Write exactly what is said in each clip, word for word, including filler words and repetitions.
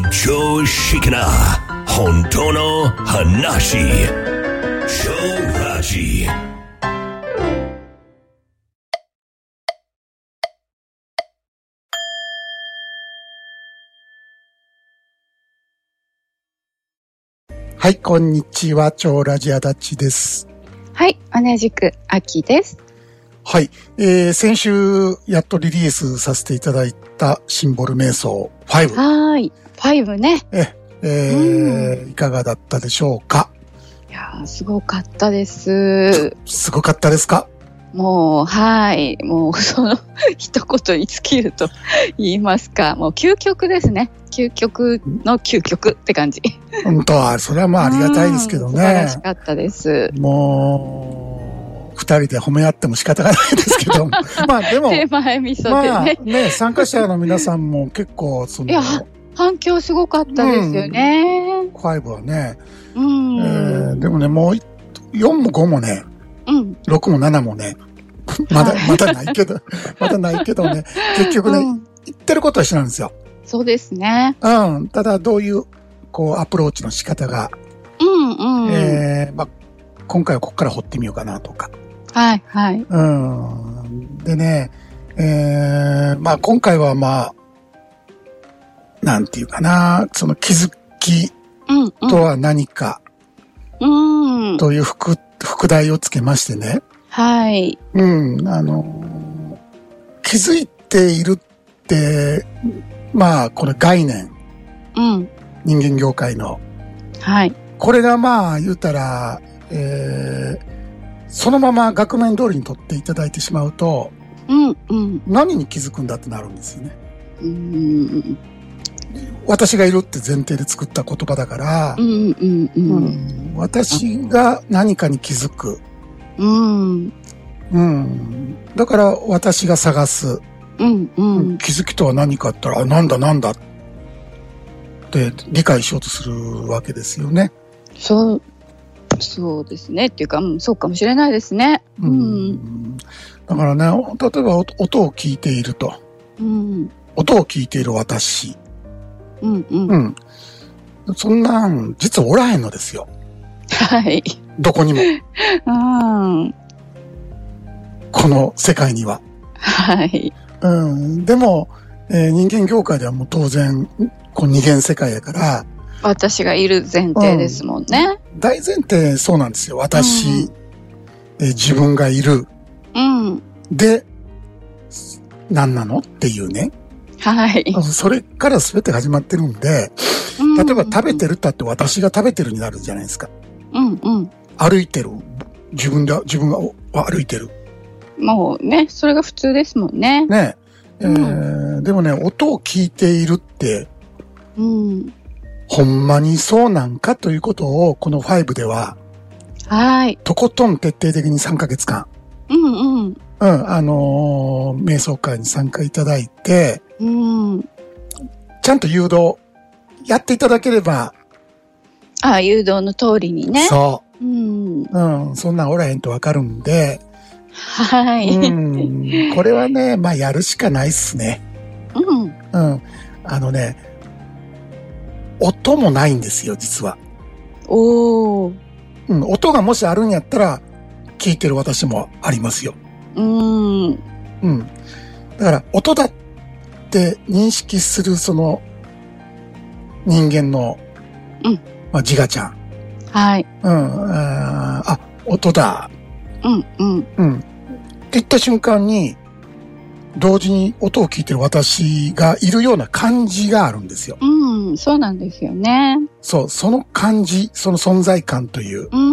常識な本当の話。超ラジ。 はい、こんにちは。超ラジアダッチです。 はい、同じく秋です。 はい、えー、先週やっとリリースさせていただいたシンボル瞑想ファイブ。 はい、ファイブね。 え、えー、いかがだったでしょうか。 いやー、すごかったです。 すごかったですか。 もう、はい、もうその一言に尽きると言いますか、もう究極ですね。究極の究極って感じ。 本当は、それはまあありがたいですけどね。素晴らしかったです。 もう、二人で褒め合っても仕方がないですけど。まあでも、 手前味噌でね。 まあね、参加者の皆さんも結構、その、 いや、反響すごかったですよね。 うん、ファイブはね。 うん、 えー、でもね、もう、よんもごもね、うん、ろくもななもね、まだ、まだないけど、まだないけどね、結局ね、うん、言ってることは一緒なんですよ。 そうですね。 うん。ただ、どういう、こう、アプローチの仕方が、 うんうん。 えー、まあ、今回はここから掘ってみようかなとか。 はいはい。 うん。でね、えー、まあ、今回はまあ、なんていうかな、その気づきとは何か、 うん。 という副、副題をつけましてね。 はい。 うん。あの、気づいているって、まあ、この概念。 うん。 人間業界の。 はい。 これがまあ、言うたら、えー、そのまま額面通りに取っていただいてしまうと、 うんうん。 何に気づくんだってなるんですよね。 うん。 私がいるって前提で作った言葉だから、 うんうんうんうん、私が何かに気づく。 うん。 うん。だから私が探す。 うんうん、 気づきとは何かって言ったら、あ、なんだなんだって理解しようとするわけですよね。 そう、そうですね。っていうか、うん、そうかもしれないですね。うん。うん、 だからね、例えば音を聞いていると。うん、音を聞いている私。 うんうん。 うん。そんなん、実はおらへんのですよ。 はい。 どこにも。 うん。 この世界には。 はい。 うん、でも、えー、人間業界ではもう当然、こう二元世界やから、 私がいる前提ですもんね。 うん、大前提そうなんですよ。私、うん、えー、自分がいる。 うん。 で、何なのっていうね。 はい。 それから全て始まってるんで、うん、例えば食べてるったって私が食べてるになるじゃないですか。 うんうん。 歩いてる。自分で、自分が歩いてる。 もうね、それが普通ですもんね。 ねえ。うん、えー、でもね、音を聞いているって、 うん、 ほんまにそうなんかということを、このファイブでは、 はい。 とことん徹底的にさんかげつかん。うんうん。 うん、あのー、瞑想会に参加いただいて、 うん、 ちゃんと誘導、やっていただければ、 ああ、誘導の通りにね。 そう。 うん。 うん、そんなんおらへんとわかるんで、 はい。 うん、これはね、まあやるしかないっすね。 うん。 うん。あのね、音もないんですよ、実は。 おー。 うん、音がもしあるんやったら、聞いてる私もありますよ。 うん。 うん。だから、音だって認識するその、人間の、 うん。 まあ、自我ちゃん。 はい。 うん。あ、あ、音だ。 うんうん。 うん。って言った瞬間に、同時に音を聞いてる私がいるような感じがあるんですよ。 うん、そうなんですよね。 そう、その感じ、その存在感という。 うん。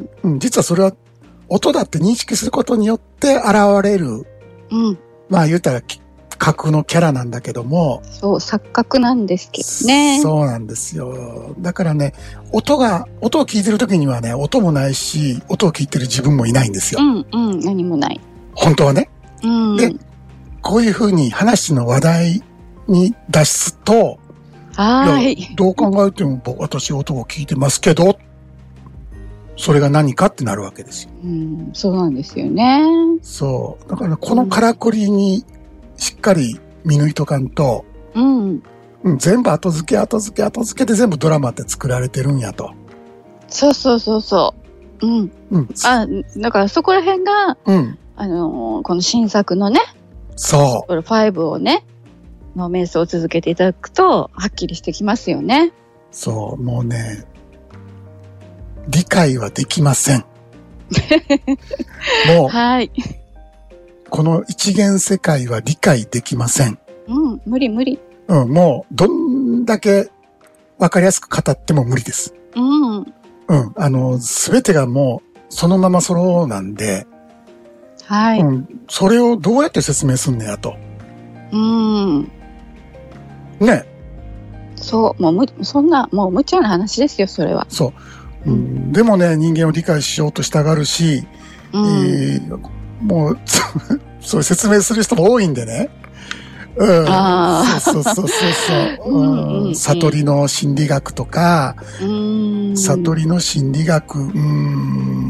うん、実はそれは音だって認識することによって現れる。 うん。 まあ言うたら架空のキャラなんだけども。 そう、錯覚なんですけどね。 そうなんですよ。だからね、音が、音を聞いてる時にはね、音もないし、音を聞いてる自分もいないんですよ。 うんうん、何もない。 本当はね。 うん。 で、こういうふうに話の話題に出すと、 はい。いどう考えても私音を聞いてますけど、それが何かってなるわけですよ。 うん、そうなんですよね。 そう。だからこのからくりにしっかり見抜いとかんと、 うん。 うん、全部後付け後付け後付けで全部ドラマって作られてるんやと。 そうそうそうそう。うん。うん。あ、だからそこら辺が、うん。あのー、この新作のね。 そう。 ごをね、の瞑想を続けていただくと、はっきりしてきますよね。 そう、もうね、理解はできません。もう、はい。この一元世界は理解できません。 うん、無理無理。 うん、もう、どんだけわかりやすく語っても無理です。 うん。うん、 あの、すべてがもう、そのままそうなんで、 はい。うん、それをどうやって説明すんねやと。 うん。 ね。 そう、もうむ、そんな、もう無茶な話ですよ、それは。 そう。うん、でもね、人間を理解しようとしたがるし、うん、えー、もう、そういう説明する人も多いんでね。うん。ああ。そうそうそうそう。うん、悟りの心理学とか、うん、悟りの心理学、うん、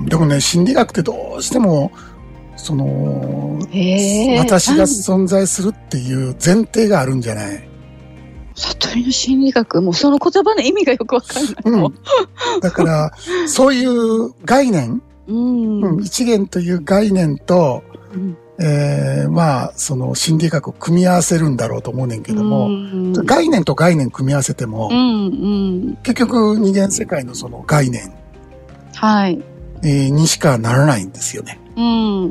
でもね、心理学ってどうしても、その、私が存在するっていう前提があるんじゃない？ 悟りの心理学、もうその言葉の意味がよくわかんない。 うん。だから、そういう概念、うん、うん、一元という概念と、うん、えー、まあ、その心理学を組み合わせるんだろうと思うねんけども、うん、概念と概念組み合わせても、うんうん、結局二元世界のその概念、 はい、 えー、にしかならないんですよね。 うん。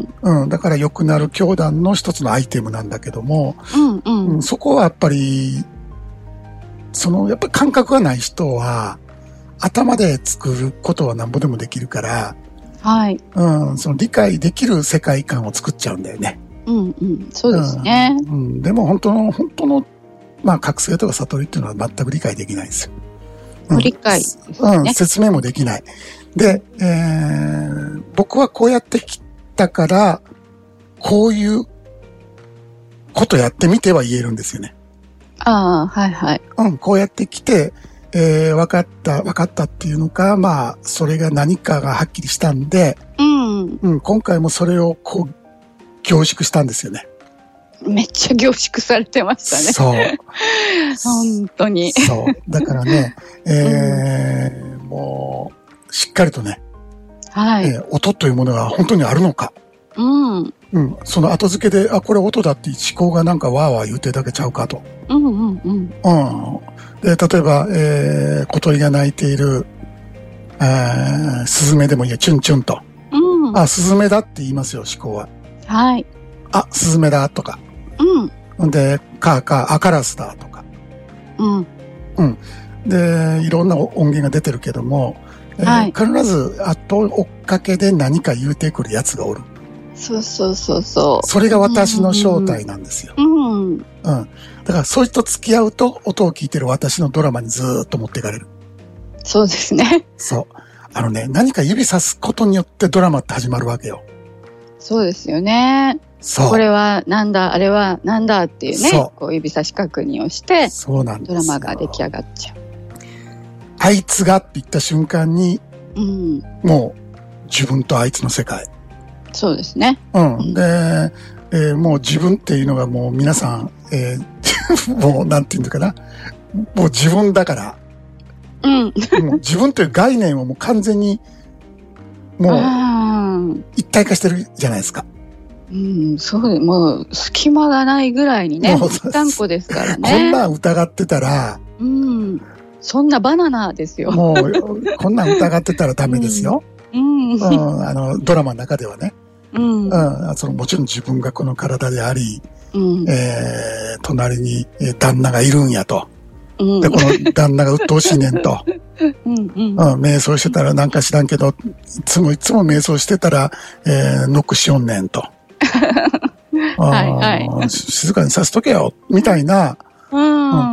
うん。だから良くなる教団の一つのアイテムなんだけども、 うんうん。うん、 そこはやっぱり、その、やっぱり感覚がない人は、頭で作ることはなんぼでもできるから、 はい。 うん。その理解できる世界観を作っちゃうんだよね。 うんうん。そうですね。 うん。うん、でも本当の、本当の、まあ、覚醒とか悟りっていうのは全く理解できないんですよ。 うん、理解ですね。 うん。説明もできない。で、えー、僕はこうやってきだから、こういうことやってみては言えるんですよね。 ああ、はいはい。 うん、こうやってきて、えー、分かった、分かったっていうのか、まあ、それが何かがはっきりしたんで、 うん。 うん、今回もそれをこう、凝縮したんですよね。 めっちゃ凝縮されてましたね。 そう。 本当に。 そう。だからね、えーうん、もう、しっかりとね、 はい、 えー。音というものが本当にあるのか。 うん。 うん。その後付けで、あ、これ音だって思考がなんかわーわー言うてるだけちゃうかと。 うんうんうん。うん。 で、例えば、えー、小鳥が鳴いている、えー、スズメでもいいや、チュンチュンと。 うん。 あ、スズメだって言いますよ、思考は。 はい。 あ、スズメだとか。 うん。 で、カーカー、アカラスだとか。 うん。 うん。で、いろんな音源が出てるけども、はい、えー、必ず後追っかけで何か言うてくるやつがおる。 そうそうそうそう。 それが私の正体なんですよ。 うん。うん。 だからそいつと付き合うと音を聞いてる私のドラマにずーっと持っていかれる。 そうですね。 そう。あのね、何か指さすことによってドラマって始まるわけよ。 そうですよね。 そう。 これはなんだ、あれはなんだっていうね、そうこう指差し確認をして、 そうなんですよ。 ドラマが出来上がっちゃう。 あいつがって言った瞬間に、 うん、 もう自分とあいつの世界。 そうですね。 うん。で、えー、もう自分っていうのがもう皆さん、えー、もうなんていうのかな。もう自分だから。 うん。 もう自分という概念をもう完全に、もう、一体化してるじゃないですか。 うん、そう、もう、隙間がないぐらいにね、一旦こですからね。 こんなん疑ってたら、 うん。そんなバナナですよ。 もう、こんなん疑ってたらダメですよ。 うん。うん、 あの、ドラマの中ではね。 うん。 うん。その、もちろん自分がこの体であり、 うん、 えー、隣に、えー、旦那がいるんやと。 うん、 で、この旦那が鬱陶しいねんと。 うん、うん。うん。 瞑想してたらなんか知らんけど、いつもいつも瞑想してたら、えー、ノックしよんねんと。 はいはい。 静かにさせとけよ、みたいな。 うん。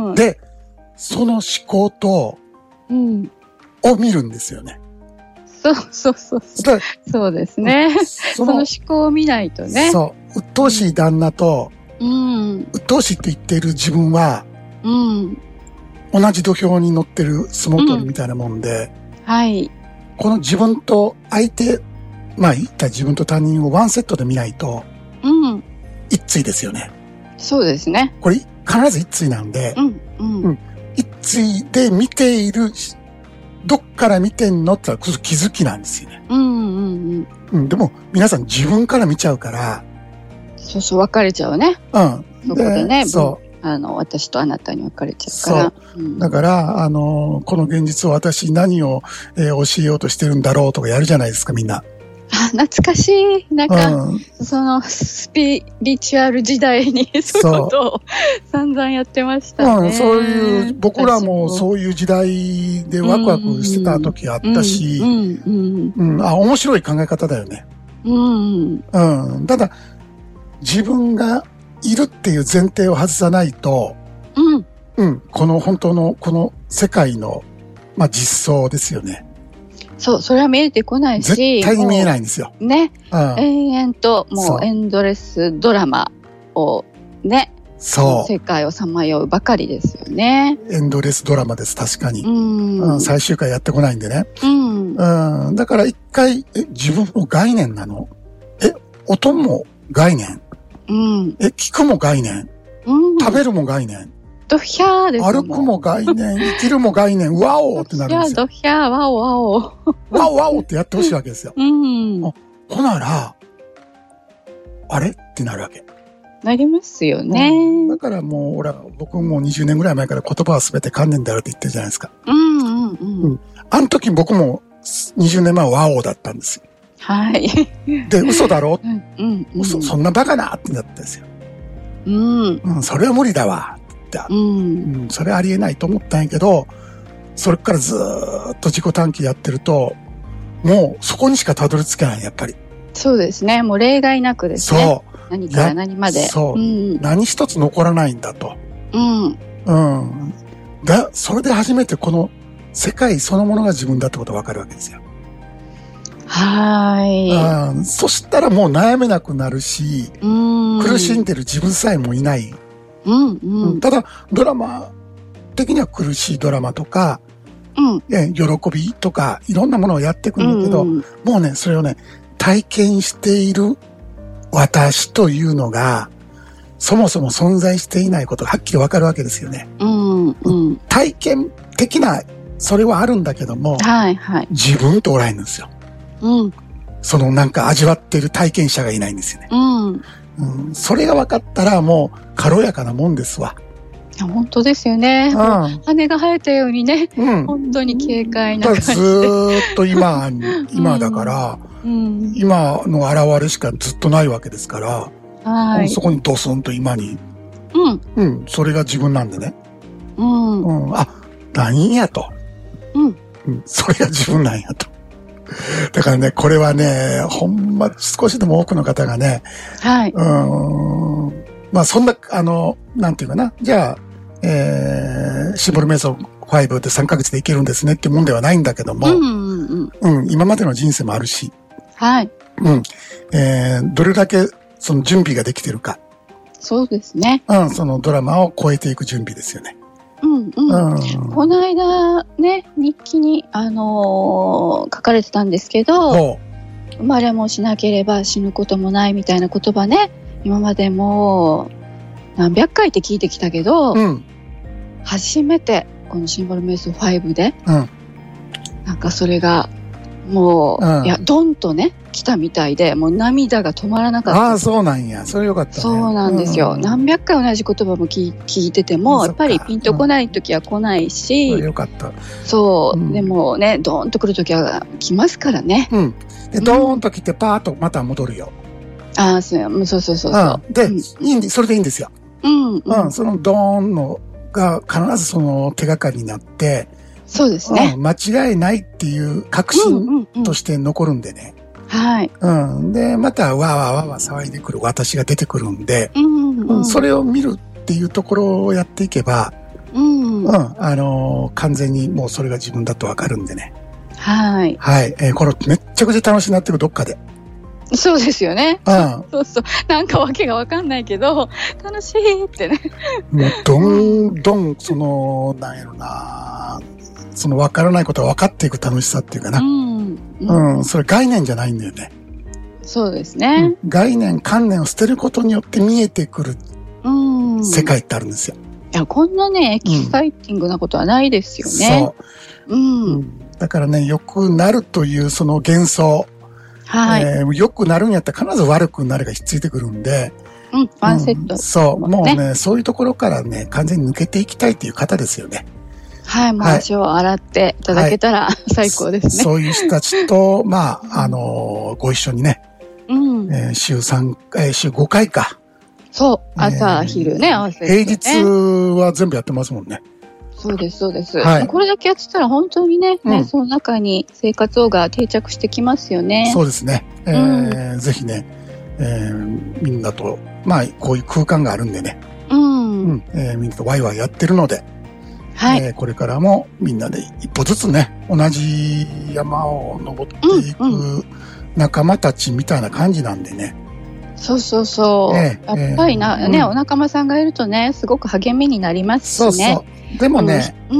うん、で、その思考と、 うん、 を見るんですよね。 そうそうそうそう。そうですね。その思考を見ないとね。 そう。鬱陶しい旦那と、 うん。 鬱陶しいって言っている自分は、 うん。 同じ土俵に乗ってる相撲取りみたいなもんで、 うん、はい。 この自分と相手、まあ言った自分と他人をワンセットで見ないと、 うん。 一対ですよね。 そうですね。 これ必ず一対なんで、 うん、 うん。 うん。いついで見ている、どっから見てんのって言ったら気づきなんですよね。 うんうんうん。 うん。でも、皆さん自分から見ちゃうから。 そうそう、分かれちゃうね。 うん。 そこでね。 そう。 あの、私とあなたに分かれちゃうから。 そう。うん、だから、あの、この現実を私何を、えー、教えようとしてるんだろうとかやるじゃないですか、みんな。 あ、懐かしい。なんか、うん、その、スピリチュアル時代にそういうことを散々やってましたね。 うん、そういう、僕らもそういう時代でワクワクしてた時あったし、あ、面白い考え方だよね。 うん。 うん。ただ、自分がいるっていう前提を外さないと、 うん。 うん。この本当の、この世界の、まあ実相ですよね。 そう、それは見えてこないし。 絶対に見えないんですよ。 ね。 うん、 延々と、もうエンドレスドラマをね。 そう。 世界をさまようばかりですよね。 エンドレスドラマです、確かに。 うん、 うん。最終回やってこないんでね。 うん。 うん。だから一回、え、自分の概念なの？え、音も概念？ うん。 え、聞くも概念？うん。食べるも概念？ ドヒャーです歩くも概念、生きるも概念、ワオってなるんですよ。 ドヒャー、ワオワオ。 ワオワオってやってほしいわけですよ。 うん。 ほなら、あれってなるわけ。 なりますよね。 うん、だからもう、俺は、僕もにじゅうねんぐらい前から言葉は全て観念であるって言ってるじゃないですか。 うんうんうん。うん、 あの時僕もにじゅうねんまえはワオだったんですよ。 はい。 で、嘘だろ、 うんうんうん、 嘘、そんなバカなってなったんですよ。 うん。 うん、それは無理だわ。 うん、 うん、それありえないと思ったんやけど、それからずーっと自己探求やってると、もうそこにしかたどり着けない、やっぱり。 そうですね。もう例外なくですね。 そう。 何から何まで。 そう、うん。何一つ残らないんだと。 うん。 うん。だ、それで初めてこの世界そのものが自分だってことがわかるわけですよ。 はい。 うん。そしたらもう悩めなくなるし、 うん、 苦しんでる自分さえもいない。 うんうん、 ただ、ドラマ的には苦しいドラマとか、 うん、 喜びとか、いろんなものをやっていくんだけど、うんうん、もうね、それをね、体験している私というのが、そもそも存在していないことがはっきりわかるわけですよね。 うんうん、 体験的な、それはあるんだけども、 はいはい、 自分とおられるんですよ。 うん、 そのなんか味わっている体験者がいないんですよね。 うんうん、それが分かったらもう軽やかなもんですわ。 いや本当ですよね。うん、羽が生えたようにね、うん、本当に軽快な感じで。 ずーっと今、今だから、うん、今の現れしかずっとないわけですから、はい、そこにドスンと今に、 うん、 うん、それが自分なんでね。 うん、 うん、あ、何やと、 うんうん、それが自分なんやと。だからね、これはね、ほんま少しでも多くの方がね、 はい。 うーん。まあそんな、あの、なんていうかな。じゃあ、えー、シンボル瞑想ごってさんかげつでいけるんですねっていうもんではないんだけども、 うんうんうん、 うん、今までの人生もあるし、 はい。 うん。えー、どれだけその準備ができてるか。 そうですね。 うん、そのドラマを超えていく準備ですよね。 うんうん。うん、この間ね、日記に、あのー、書かれてたんですけど、生まれもしなければ死ぬこともないみたいな言葉ね、今までも何百回って聞いてきたけど、 うん、 初めてこのシンボル瞑想ごで、 うん、 なんかそれがもう、うん、いや、ドンとね、来たみたいで、もう涙が止まらなかった。 ああ、そうなんや。それよかったね。 そうなんですよ。うん、何百回同じ言葉も聞、聞いてても、やっぱりピンとこない時は来ないし、 うん、よかった。 そう、うん、でもね、ドーンと来る時は来ますからね。 うん。で、ドーンと来て、パーッとまた戻るよ。 ああ、そう、そうそうそうそう。 うん、で、うん、いいんで、それでいいんですよ。 うん、うん。 うん、そのドーンのが必ずその手がかりになって、 そうですね。 うん、間違いないっていう確信として残るんでね。 うんうんうん、はい。 うん。で、また、わーわーわーわー騒いでくる私が出てくるんで、 うんうんうん、 それを見るっていうところをやっていけば、 うんうん、あのー、完全にもうそれが自分だとわかるんでね。 はい。 はい。えー、これめっちゃくちゃ楽しいなってるどっかで。 そうですよね。 うん。 そうそう。なんかわけがわかんないけど、楽しいってね。 もう、どんどん、その、なんやろな、その分からないことが分かっていく楽しさっていうかな。 うん。 うん。うん、それ概念じゃないんだよね。 そうですね。 うん、概念、観念を捨てることによって見えてくる世界ってあるんですよ。 いや、こんなね、エキサイティングなことはないですよね。 そう。うん。だからね、良くなるというその幻想。はい。えー、良くなるんやったら必ず悪くなるがひっついてくるんで。 うん、ワンセット、 うん。そう。もうね、そういうところからね、完全に抜けていきたいという方ですよね。 はい、もう足を洗っていただけたら、はい、最高ですねそ。 そういう人たちと、まあ、あのー、ご一緒にね。うん。えー、週三、えー、週ごかいか。 そう。朝、えー、昼ね、合わせて、 ね。平日は全部やってますもんね。 そうです、そうです。はい、これだけやってたら本当にね、うん、ね、その中に生活音が定着してきますよね。 そうですね。えーうん、ぜひね、えー、みんなと、まあ、こういう空間があるんでね。うん。うん、えー、みんなとワイワイやってるので、はい。えー、これからもみんなで一歩ずつね、同じ山を登っていく仲間たちみたいな感じなんでね。 そうそうそう。えー、やっぱりな、えー、ね、うん、お仲間さんがいるとね、すごく励みになりますしね。そうそう。 でもね、うん、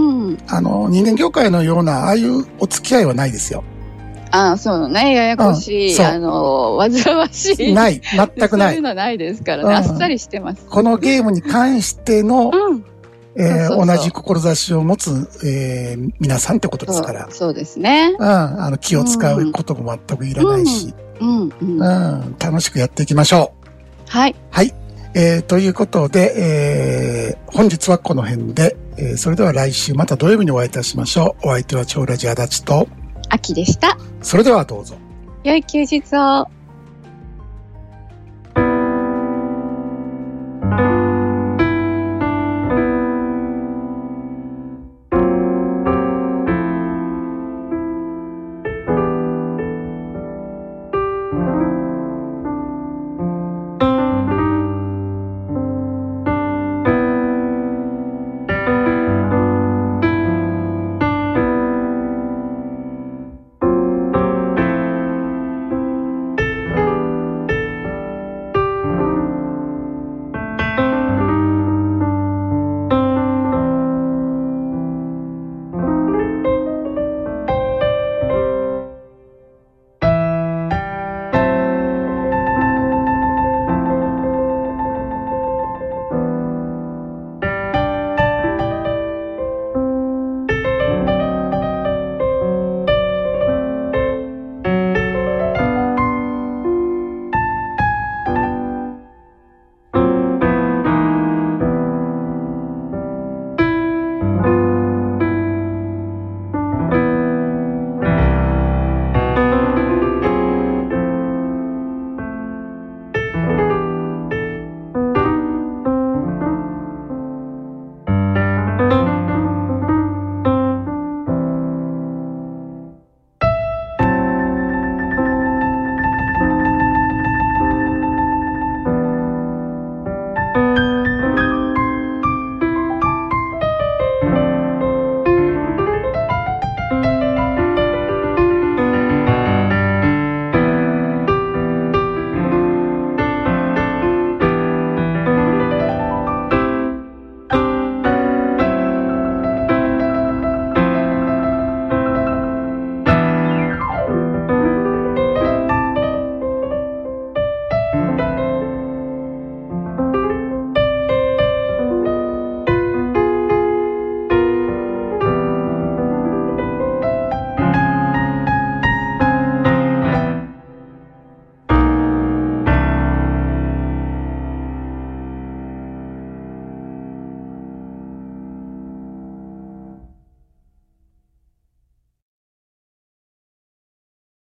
あの、人間業界のような、ああいうお付き合いはないですよ。 ああ、そうね、ややこしい、うん、あの、煩わしい。 ない、全くない。 そういうのないですからね、うん、あっさりしてます。 このゲームに関しての、うんえー、同じ志を持つ、えー、皆さんってことですから。 そう、そうですね。 うん。あの、気を使うことも全くいらないし。うん。うん。うん、うん、楽しくやっていきましょう。 はい。 はい。えー、ということで、えー、本日はこの辺で、えー、それでは来週また土曜日にお会いいたしましょう。お相手は超ラジ足立と、 秋でした。 それではどうぞ。 良い休日を。